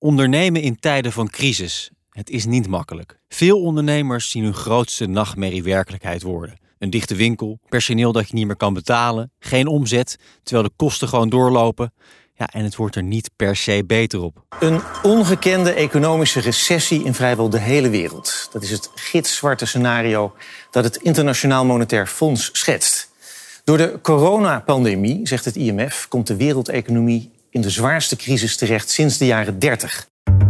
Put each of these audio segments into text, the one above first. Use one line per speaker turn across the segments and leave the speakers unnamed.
Ondernemen in tijden van crisis. Het is niet makkelijk. Veel ondernemers zien hun grootste nachtmerrie werkelijkheid worden. Een dichte winkel, personeel dat je niet meer kan betalen, geen omzet, terwijl de kosten gewoon doorlopen. Ja, en het wordt er niet per se beter op.
Een ongekende economische recessie in vrijwel de hele wereld. Dat is het gitzwarte scenario dat het Internationaal Monetair Fonds schetst. Door de coronapandemie, zegt het IMF, komt de wereldeconomie in de zwaarste crisis terecht sinds de jaren 30.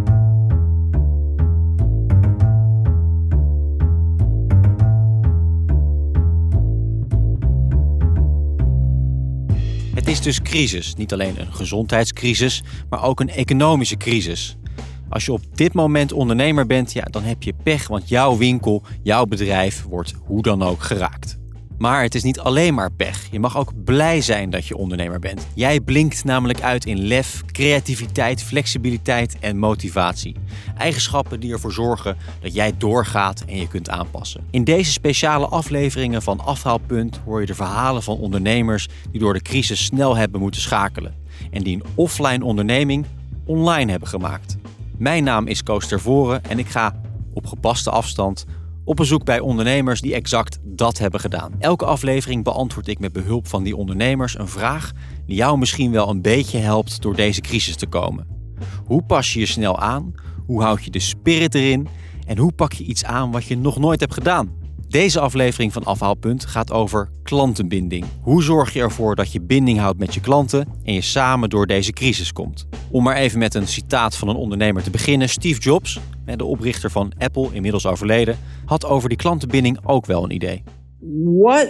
Het is dus crisis. Niet alleen een gezondheidscrisis, maar ook een economische crisis. Als je op dit moment ondernemer bent, ja, dan heb je pech, want jouw winkel, jouw bedrijf wordt hoe dan ook geraakt. Maar het is niet alleen maar pech. Je mag ook blij zijn dat je ondernemer bent. Jij blinkt namelijk uit in lef, creativiteit, flexibiliteit en motivatie. Eigenschappen die ervoor zorgen dat jij doorgaat en je kunt aanpassen. In deze speciale afleveringen van Afhaalpunt hoor je de verhalen van ondernemers die door de crisis snel hebben moeten schakelen. En die een offline onderneming online hebben gemaakt. Mijn naam is Koos Tervoren en ik ga op gepaste afstand op bezoek bij ondernemers die exact dat hebben gedaan. Elke aflevering beantwoord ik met behulp van die ondernemers een vraag die jou misschien wel een beetje helpt door deze crisis te komen. Hoe pas je je snel aan? Hoe houd je de spirit erin? En hoe pak je iets aan wat je nog nooit hebt gedaan? Deze aflevering van Afhaalpunt gaat over klantenbinding. Hoe zorg je ervoor dat je binding houdt met je klanten en je samen door deze crisis komt? Om maar even met een citaat van een ondernemer te beginnen. Steve Jobs, de oprichter van Apple, inmiddels overleden, had over die klantenbinding ook wel een idee.
What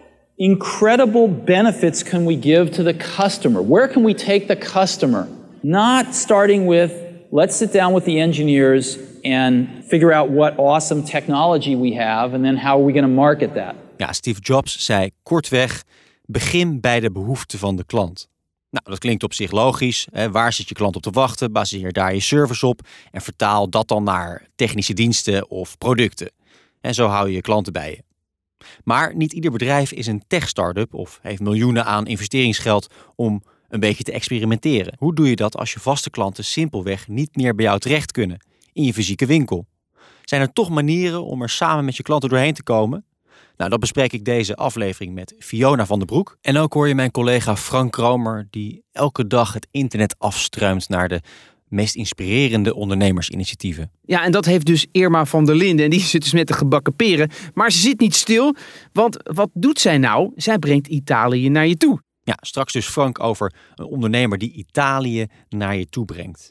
incredible benefits can we give to the customer? Where can we take the customer? Not starting with, let's sit down with the engineers and figure out what awesome technology we have and then how are we going to market that?
Ja, Steve Jobs zei kortweg, begin bij de behoeften van de klant. Nou, dat klinkt op zich logisch. Hè? Waar zit je klant op te wachten? Baseer daar je service op en vertaal dat dan naar technische diensten of producten. En zo hou je je klanten bij je. Maar niet ieder bedrijf is een tech-startup of heeft miljoenen aan investeringsgeld om een beetje te experimenteren. Hoe doe je dat als je vaste klanten simpelweg niet meer bij jou terecht kunnen in je fysieke winkel? Zijn er toch manieren om er samen met je klanten doorheen te komen? Nou, dat bespreek ik deze aflevering met Fiona van den Broek. En ook hoor je mijn collega Frank Kromer, die elke dag het internet afstruimt naar de meest inspirerende ondernemersinitiatieven.
Ja, en dat heeft dus Irma van der Linden. En die zit dus met de gebakken peren. Maar ze zit niet stil, want wat doet zij nou? Zij brengt Italië naar je toe.
Ja, straks dus Frank over een ondernemer die Italië naar je toe brengt.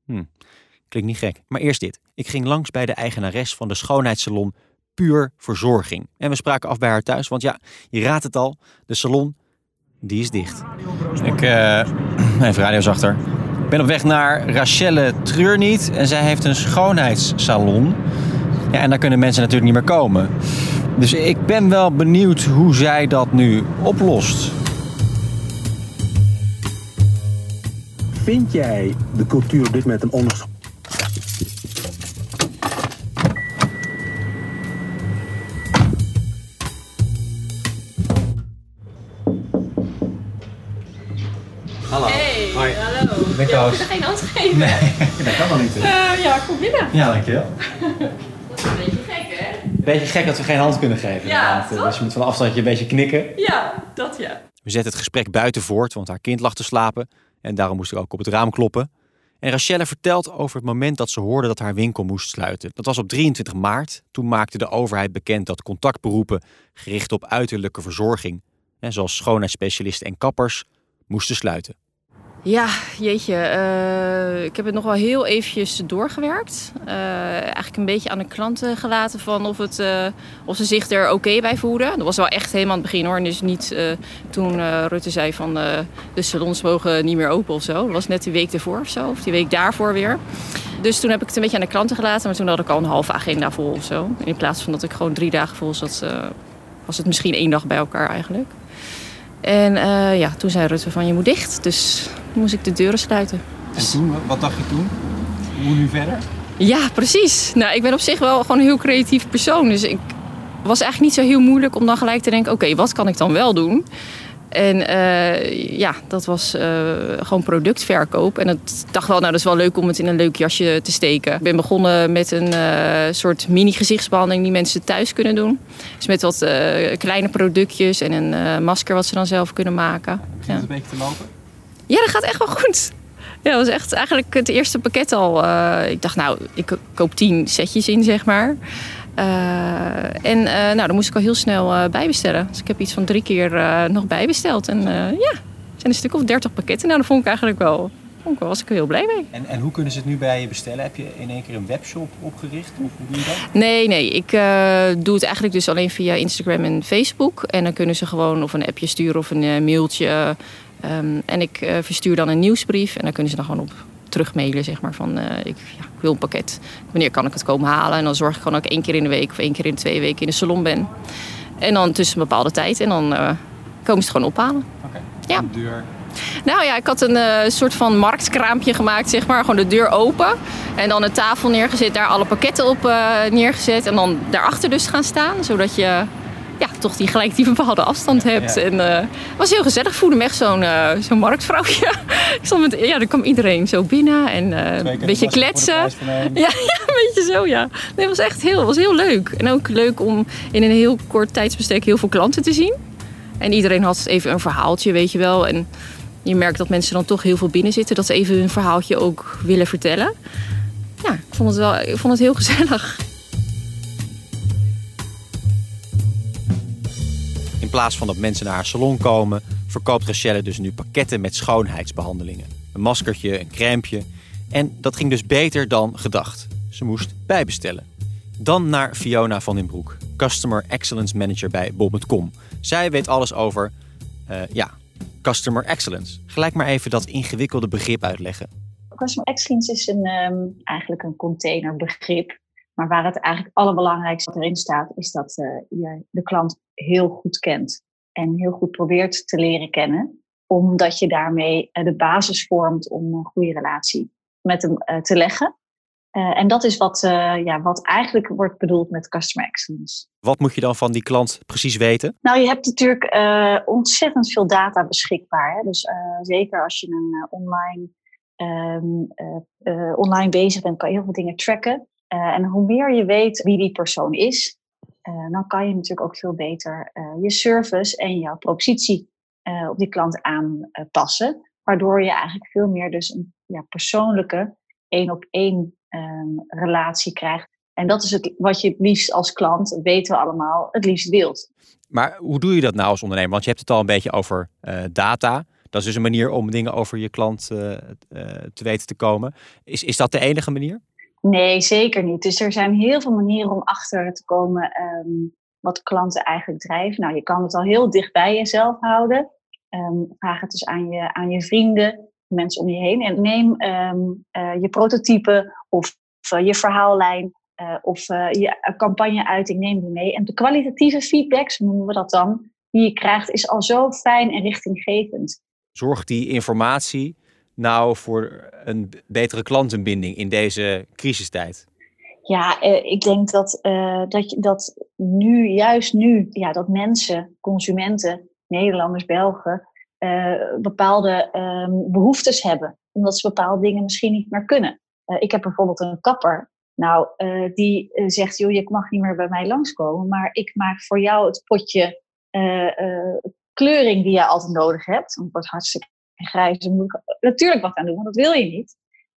Klinkt niet gek. Maar eerst dit. Ik ging langs bij de eigenares van de schoonheidssalon Puur Verzorging. En we spraken af bij haar thuis, want ja, je raadt het al, de salon, die is dicht. Even radio zachter. Ik ben op weg naar Rachelle Treurniet en zij heeft een schoonheidssalon. Ja, en daar kunnen mensen natuurlijk niet meer komen. Dus ik ben wel benieuwd hoe zij dat nu oplost.
Vind jij de cultuur op dit moment een onderschat?
Hallo.
Hey,
hoi.
Hallo.
Ik ben
Je
Koos.
moet er geen hand geven.
Nee, dat kan wel niet.
Ja, kom binnen.
Ja, dankjewel.
Dat is een beetje gek, hè?
Beetje gek dat we geen hand kunnen geven.
Ja, toch?
Dus je moet van afstandje een beetje knikken.
Ja, dat ja.
We zetten het gesprek buiten voort, want haar kind lag te slapen. En daarom moest ik ook op het raam kloppen. En Rachelle vertelt over het moment dat ze hoorde dat haar winkel moest sluiten. Dat was op 23 maart. Toen maakte de overheid bekend dat contactberoepen gericht op uiterlijke verzorging, zoals schoonheidsspecialisten en kappers, moesten sluiten.
Ja, jeetje. Ik heb het nog wel heel eventjes doorgewerkt. Eigenlijk een beetje aan de klanten gelaten van of ze zich er oké bij voelden. Dat was wel echt helemaal aan het begin hoor. En dus niet toen Rutte zei van de salons mogen niet meer open of zo. Dat was net die week ervoor of zo. Of die week daarvoor weer. Dus toen heb ik het een beetje aan de klanten gelaten. Maar toen had ik al een halve agenda vol of zo. In plaats van dat ik gewoon 3 dagen vol zat, was het misschien 1 dag bij elkaar eigenlijk. En toen zei Rutte van je moet dicht. Dus moest ik de deuren sluiten.
En toen, wat dacht je toen? Hoe nu verder?
Ja, precies. Nou, ik ben op zich wel gewoon een heel creatief persoon. Dus ik was eigenlijk niet zo heel moeilijk om dan gelijk te denken, oké, wat kan ik dan wel doen? En dat was gewoon productverkoop. En ik dacht wel, dat is wel leuk om het in een leuk jasje te steken. Ik ben begonnen met een soort mini-gezichtsbehandeling die mensen thuis kunnen doen. Dus met wat kleine productjes en een masker wat ze dan zelf kunnen maken.
Ging het een beetje te lopen?
Ja, dat gaat echt wel goed. Ja, dat was echt eigenlijk het eerste pakket al. Ik dacht, ik koop 10 setjes in, zeg maar. Dan moest ik al heel snel bijbestellen. Dus ik heb iets van 3 keer nog bijbesteld. En er zijn een stuk of 30 pakketten. Nou, dat vond ik eigenlijk wel. Was ik er heel blij mee.
En hoe kunnen ze het nu bij je bestellen? Heb je in één keer een webshop opgericht? Of hoe doe je dat?
Nee. Ik doe het eigenlijk dus alleen via Instagram en Facebook. En dan kunnen ze gewoon of een appje sturen of een mailtje. En ik verstuur dan een nieuwsbrief. En dan kunnen ze dan gewoon op terugmailen, zeg maar, van ik wil een pakket. Wanneer kan ik het komen halen? En dan zorg ik gewoon dat ik 1 keer in de week of 1 keer in de 2 weken in de salon ben. En dan tussen een bepaalde tijd. En dan komen ze het gewoon ophalen.
Oké.
Ja.
De deur.
Nou ja, ik had een soort van marktkraampje gemaakt, zeg maar. Gewoon de deur open. En dan een tafel neergezet, daar alle pakketten op neergezet. En dan daarachter dus gaan staan, zodat je toch die bepaalde afstand hebt. Ja. En het was heel gezellig. Ik voelde me echt zo'n marktvrouwtje. Er kwam iedereen zo binnen en een beetje kletsen. Ja, een beetje zo, ja. Nee, het was heel leuk. En ook leuk om in een heel kort tijdsbestek heel veel klanten te zien. En iedereen had even een verhaaltje, weet je wel. En je merkt dat mensen dan toch heel veel binnen zitten. Dat ze even hun verhaaltje ook willen vertellen. Ja, ik vond het heel gezellig.
In plaats van dat mensen naar haar salon komen, verkoopt Rachelle dus nu pakketten met schoonheidsbehandelingen. Een maskertje, een crèmpje. En dat ging dus beter dan gedacht. Ze moest bijbestellen. Dan naar Fiona van den Broek, Customer Excellence Manager bij bol.com. Zij weet alles over, Customer Excellence. Gelijk maar even dat ingewikkelde begrip uitleggen.
Customer Excellence is eigenlijk een containerbegrip. Maar waar het eigenlijk allerbelangrijkste erin staat, is dat je de klant heel goed kent. En heel goed probeert te leren kennen. Omdat je daarmee de basis vormt om een goede relatie met hem te leggen. En dat is wat eigenlijk wordt bedoeld met Customer Excellence.
Wat moet je dan van die klant precies weten?
Nou, je hebt natuurlijk ontzettend veel data beschikbaar. Hè? Dus zeker als je online bezig bent, kan je heel veel dingen tracken. En hoe meer je weet wie die persoon is, dan kan je natuurlijk ook veel beter je service en jouw propositie op die klant aanpassen. Waardoor je eigenlijk veel meer dus een persoonlijke 1-op-1 relatie krijgt. En dat is wat je het liefst als klant, dat weten we allemaal, het liefst wilt.
Maar hoe doe je dat nou als ondernemer? Want je hebt het al een beetje over data. Dat is dus een manier om dingen over je klant te weten te komen. Is dat de enige manier?
Nee, zeker niet. Dus er zijn heel veel manieren om achter te komen wat klanten eigenlijk drijven. Nou, je kan het al heel dicht bij jezelf houden. Vraag het dus aan je vrienden, mensen om je heen. En neem je prototype of je verhaallijn of je campagneuiting, neem die mee. En de kwalitatieve feedback, zo noemen we dat dan, die je krijgt, is al zo fijn en richtinggevend. Zorgt
die informatie nou voor een betere klantenbinding in deze crisistijd?
Ja, ik denk dat juist nu, dat mensen, consumenten, Nederlanders, Belgen, bepaalde behoeftes hebben. Omdat ze bepaalde dingen misschien niet meer kunnen. Ik heb bijvoorbeeld een kapper. Nou, die zegt, joh, je mag niet meer bij mij langskomen. Maar ik maak voor jou het potje kleuring die je altijd nodig hebt. Het wordt hartstikke grijs. Daar moet ik natuurlijk wat aan doen, want dat wil je niet.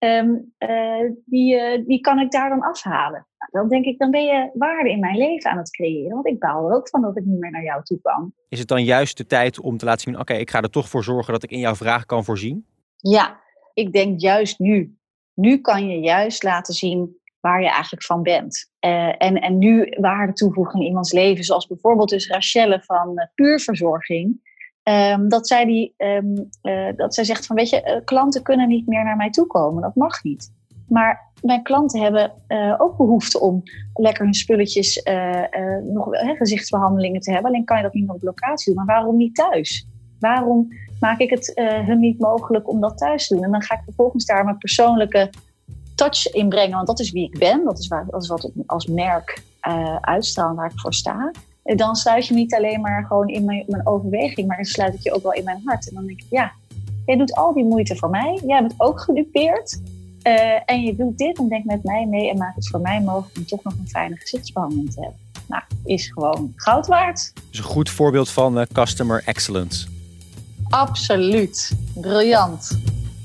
Die kan ik daar dan afhalen. Nou, dan denk ik, dan ben je waarde in mijn leven aan het creëren. Want ik baal er ook van dat ik niet meer naar jou toe kan.
Is het dan juist de tijd om te laten zien, oké, ik ga er toch voor zorgen dat ik in jouw vraag kan voorzien?
Ja, ik denk juist nu. Nu kan je juist laten zien waar je eigenlijk van bent. En nu waarde toevoegen in iemands leven. Zoals bijvoorbeeld dus Rachelle van Puurverzorging. Dat zij zegt van, weet je, klanten kunnen niet meer naar mij toe komen. Dat mag niet. Maar mijn klanten hebben ook behoefte om lekker hun spulletjes, gezichtsbehandelingen te hebben. Alleen kan je dat niet op locatie doen. Maar waarom niet thuis? Waarom maak ik het hun niet mogelijk om dat thuis te doen? En dan ga ik vervolgens daar mijn persoonlijke touch inbrengen. Want dat is wie ik ben. Dat is wat ik als merk uitstraal en waar ik voor sta. dan sluit je me niet alleen maar gewoon in mijn overweging, maar dan sluit ik je ook wel in mijn hart. En dan denk ik, ja, jij doet al die moeite voor mij. Jij bent ook gedupeerd. En je doet dit en denk met mij mee en maakt het voor mij mogelijk om toch nog een fijne gezichtsbehandeling te hebben. Nou, is gewoon goud waard.
Dus een goed voorbeeld van customer excellence.
Absoluut. Briljant.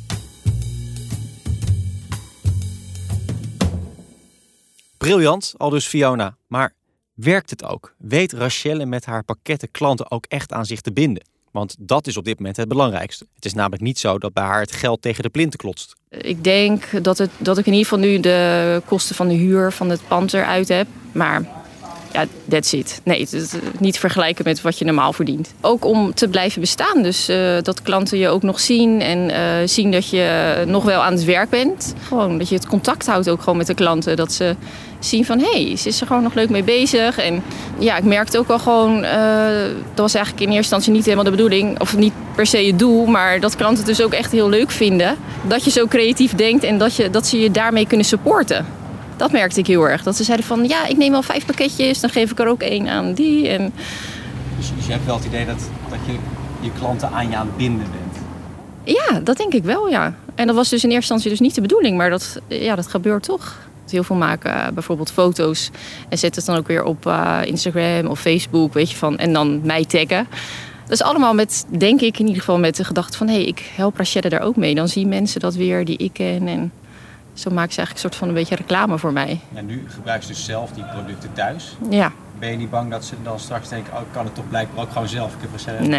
Briljant, aldus Fiona. Maar werkt het ook? Weet Rachelle met haar pakketten klanten ook echt aan zich te binden? Want dat is op dit moment het belangrijkste. Het is namelijk niet zo dat bij haar het geld tegen de plinten klotst.
Ik denk dat ik in ieder geval nu de kosten van de huur van het pand eruit heb. Maar ja, that's it. Nee, het is niet vergelijken met wat je normaal verdient. Ook om te blijven bestaan. Dus dat klanten je ook nog zien en zien dat je nog wel aan het werk bent. Gewoon dat je het contact houdt ook gewoon met de klanten. Dat ze zien van, hé, ze is er gewoon nog leuk mee bezig. En ja, ik merkte ook wel gewoon, dat was eigenlijk in eerste instantie niet helemaal de bedoeling. Of niet per se het doel, maar dat klanten het dus ook echt heel leuk vinden. Dat je zo creatief denkt en dat ze je daarmee kunnen supporten. Dat merkte ik heel erg. Dat ze zeiden van, ja, ik neem wel 5 pakketjes, dan geef ik er ook 1 aan die. En
Dus je hebt wel het idee dat je klanten aan je aan het binden bent?
Ja, dat denk ik wel, ja. En dat was dus in eerste instantie dus niet de bedoeling, maar dat gebeurt toch. Heel veel maken bijvoorbeeld foto's en zetten het dan ook weer op Instagram of Facebook, weet je, van, en dan mij taggen. Dat is allemaal met, denk ik in ieder geval, met de gedachte van, hé, ik help Rachelle daar ook mee. Dan zien mensen dat weer die ik ken en zo maken ze eigenlijk een soort van een beetje reclame voor mij.
En nu gebruik ze dus zelf die producten thuis.
Ja.
Ben je niet bang dat ze dan straks denken, ik kan het toch blijkbaar ook gewoon zelf? Ik heb Rachelle.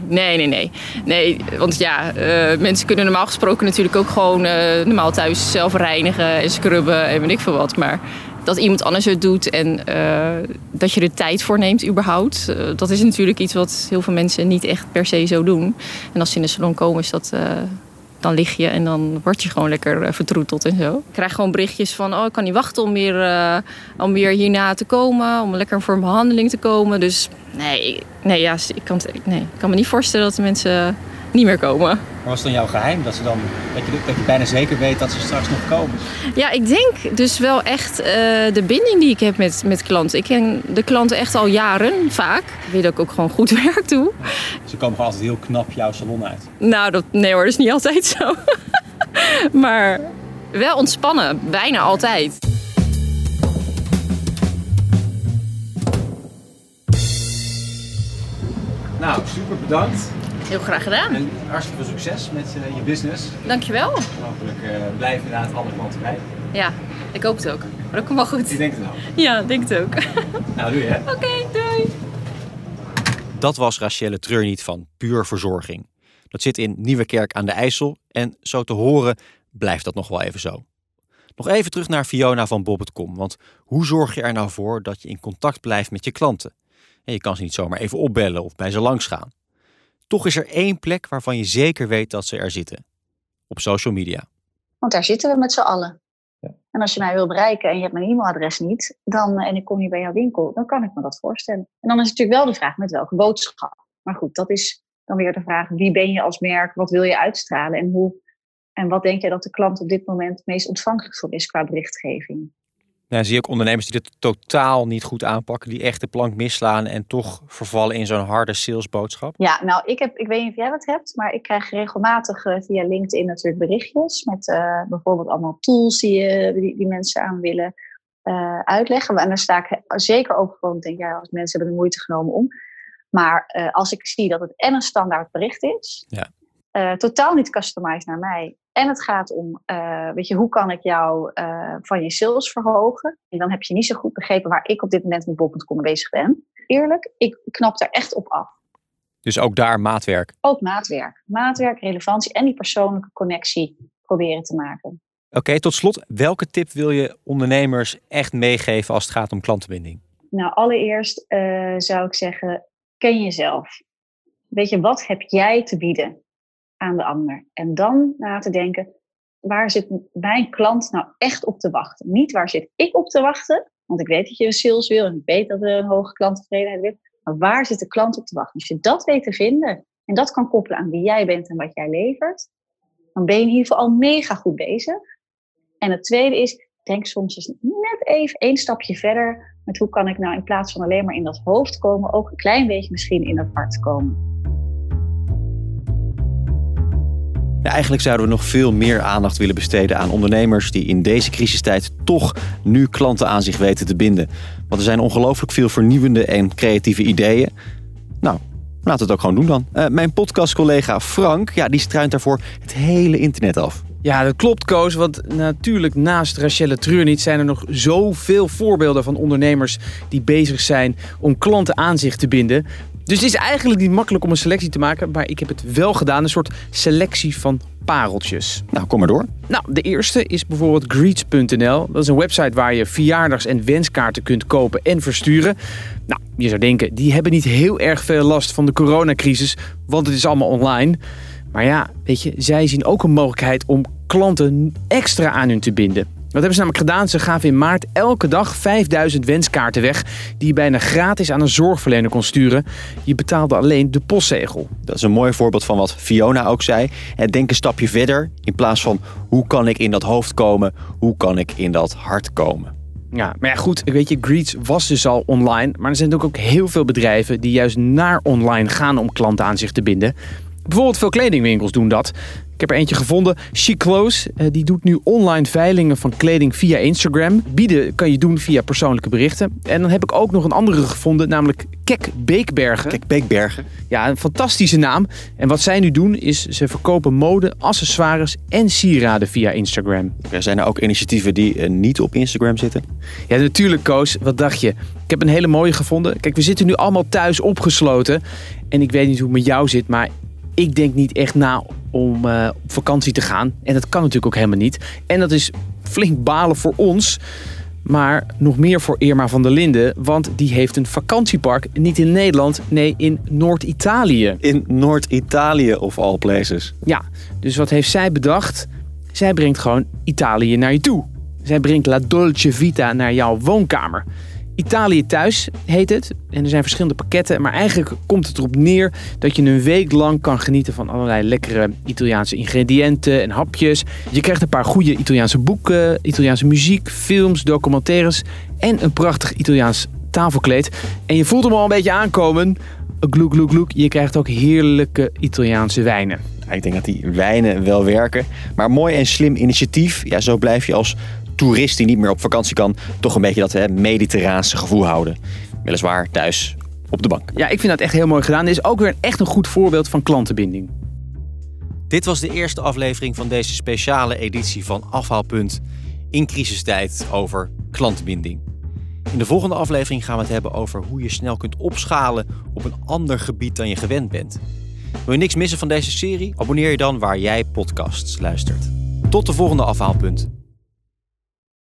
Nee, want ja, mensen kunnen normaal gesproken natuurlijk ook gewoon normaal thuis zelf reinigen en scrubben en weet ik veel wat. Maar dat iemand anders het doet en dat je er tijd voor neemt überhaupt. Dat is natuurlijk iets wat heel veel mensen niet echt per se zo doen. En als ze in de salon komen is dat... Dan lig je en dan word je gewoon lekker vertroeteld en zo. Ik krijg gewoon berichtjes van, ik kan niet wachten om weer hierna te komen. Om lekker voor een behandeling te komen. Dus ik kan me niet voorstellen dat de mensen niet meer komen.
Maar was het dan jouw geheim? Dat je bijna zeker weet dat ze straks nog komen?
Ja, ik denk dus wel echt de binding die ik heb met klanten. Ik ken de klanten echt al jaren vaak. Ik weet dat ik ook gewoon goed werk doe.
Ze komen gewoon altijd heel knap jouw salon uit.
Nou, nee hoor, dat is niet altijd zo. Maar wel ontspannen, bijna altijd.
Nou, super bedankt.
Heel graag gedaan.
En hartstikke veel succes met je business.
Dankjewel.
Hopelijk blijven inderdaad alle klanten bij.
Ja, ik hoop het ook. Maar dat komt wel goed.
Ik denk het wel.
Ja, ik denk het ook.
Nou, doei hè.
Oké, doei.
Dat was Rachelle Treurniet van Puur Verzorging. Dat zit in Nieuwekerk aan de IJssel en zo te horen blijft dat nog wel even zo. Nog even terug naar Fiona van Bob.com, want hoe zorg je er nou voor dat je in contact blijft met je klanten? En je kan ze niet zomaar even opbellen of bij ze langs gaan. Toch is er 1 plek waarvan je zeker weet dat ze er zitten. Op social media.
Want daar zitten we met z'n allen.
Ja.
En als je mij wil bereiken en je hebt mijn e-mailadres niet, en ik kom hier bij jouw winkel, dan kan ik me dat voorstellen. En dan is het natuurlijk wel de vraag met welke boodschap. Maar goed, dat is dan weer de vraag, wie ben je als merk, wat wil je uitstralen en wat denk je dat de klant op dit moment het meest ontvankelijk voor is qua berichtgeving.
Nou, zie je ook ondernemers die dit totaal niet goed aanpakken, die echt de plank misslaan en toch vervallen in zo'n harde salesboodschap?
Ja, nou, ik weet niet of jij dat hebt, maar ik krijg regelmatig via LinkedIn natuurlijk berichtjes met bijvoorbeeld allemaal tools die mensen aan willen uitleggen. En daar sta ik zeker ook gewoon, denk ik, als mensen hebben de moeite genomen om. Maar als ik zie dat het en een standaard bericht is, totaal niet customized naar mij. En het gaat om, hoe kan ik jou van je sales verhogen? En dan heb je niet zo goed begrepen waar ik op dit moment met Bob.com mee bezig ben. Eerlijk, ik knap daar echt op af.
Dus ook daar maatwerk?
Ook maatwerk. Maatwerk, relevantie en die persoonlijke connectie proberen te maken.
Oké, tot slot, welke tip wil je ondernemers echt meegeven als het gaat om klantenbinding?
Nou, allereerst zou ik zeggen, ken jezelf. Weet je, wat heb jij te bieden aan de ander? En dan na te denken, waar zit mijn klant nou echt op te wachten? Niet waar zit ik op te wachten, want ik weet dat je een sales wil en ik weet dat er een hoge klanttevredenheid wil. Maar waar zit de klant op te wachten? Als je dat weet te vinden en dat kan koppelen aan wie jij bent en wat jij levert, dan ben je in ieder geval al mega goed bezig. En het tweede is, denk soms eens net even 1 stapje verder met hoe kan ik nou in plaats van alleen maar in dat hoofd komen, ook een klein beetje misschien in dat hart komen.
Ja, eigenlijk zouden we nog veel meer aandacht willen besteden aan ondernemers die in deze crisistijd toch nu klanten aan zich weten te binden. Want er zijn ongelooflijk veel vernieuwende en creatieve ideeën. Nou, laten we het ook gewoon doen dan. Mijn podcastcollega Frank, die struint daarvoor het hele internet af.
Ja, dat klopt, Koos. Want natuurlijk naast Rachelle Treurniet zijn er nog zoveel voorbeelden van ondernemers die bezig zijn om klanten aan zich te binden. Dus het is eigenlijk niet makkelijk om een selectie te maken, maar ik heb het wel gedaan. Een soort selectie van pareltjes.
Nou, kom maar door.
Nou, de eerste is bijvoorbeeld greets.nl. Dat is een website waar je verjaardags- en wenskaarten kunt kopen en versturen. Nou, je zou denken, die hebben niet heel erg veel last van de coronacrisis, want het is allemaal online. Maar ja, weet je, zij zien ook een mogelijkheid om klanten extra aan hun te binden. Wat hebben ze namelijk gedaan? Ze gaven in maart elke dag 5000 wenskaarten weg die je bijna gratis aan een zorgverlener kon sturen. Je betaalde alleen de postzegel.
Dat is een mooi voorbeeld van wat Fiona ook zei. Denk een stapje verder. In plaats van hoe kan ik in dat hoofd komen, hoe kan ik in dat hart komen.
Ja, maar ja goed, weet je, Greets was dus al online. Maar er zijn ook heel veel bedrijven die juist naar online gaan om klanten aan zich te binden. Bijvoorbeeld veel kledingwinkels doen dat. Ik heb er eentje gevonden, Chic Clothes. Die doet nu online veilingen van kleding via Instagram. Bieden kan je doen via persoonlijke berichten. En dan heb ik ook nog een andere gevonden, namelijk Kek Beekbergen.
Kek Beekbergen.
Ja, een fantastische naam. En wat zij nu doen is, ze verkopen mode, accessoires en sieraden via Instagram.
Er zijn er ook initiatieven die niet op Instagram zitten?
Ja, natuurlijk, Koos. Wat dacht je? Ik heb een hele mooie gevonden. Kijk, we zitten nu allemaal thuis opgesloten. En ik weet niet hoe het met jou zit, maar ik denk niet echt na om op vakantie te gaan. En dat kan natuurlijk ook helemaal niet. En dat is flink balen voor ons. Maar nog meer voor Irma van der Linden. Want die heeft een vakantiepark. Niet in Nederland, nee in Noord-Italië.
In Noord-Italië of all places.
Ja, dus wat heeft zij bedacht? Zij brengt gewoon Italië naar je toe. Zij brengt La Dolce Vita naar jouw woonkamer. Italië thuis heet het. En er zijn verschillende pakketten. Maar eigenlijk komt het erop neer dat je een week lang kan genieten van allerlei lekkere Italiaanse ingrediënten en hapjes. Je krijgt een paar goede Italiaanse boeken, Italiaanse muziek, films, documentaires en een prachtig Italiaans tafelkleed. En je voelt hem al een beetje aankomen. Gloek, gloek, gloek. Je krijgt ook heerlijke Italiaanse wijnen.
Ik denk dat die wijnen wel werken. Maar mooi en slim initiatief. Ja, zo blijf je als toerist die niet meer op vakantie kan, toch een beetje dat mediterraanse gevoel houden. Weliswaar thuis op de bank.
Ja, ik vind dat echt heel mooi gedaan. Dit is ook weer echt een goed voorbeeld van klantenbinding.
Dit was de eerste aflevering van deze speciale editie van Afhaalpunt in crisistijd over klantenbinding. In de volgende aflevering gaan we het hebben over hoe je snel kunt opschalen op een ander gebied dan je gewend bent. Wil je niks missen van deze serie? Abonneer je dan waar jij podcasts luistert. Tot de volgende Afhaalpunt.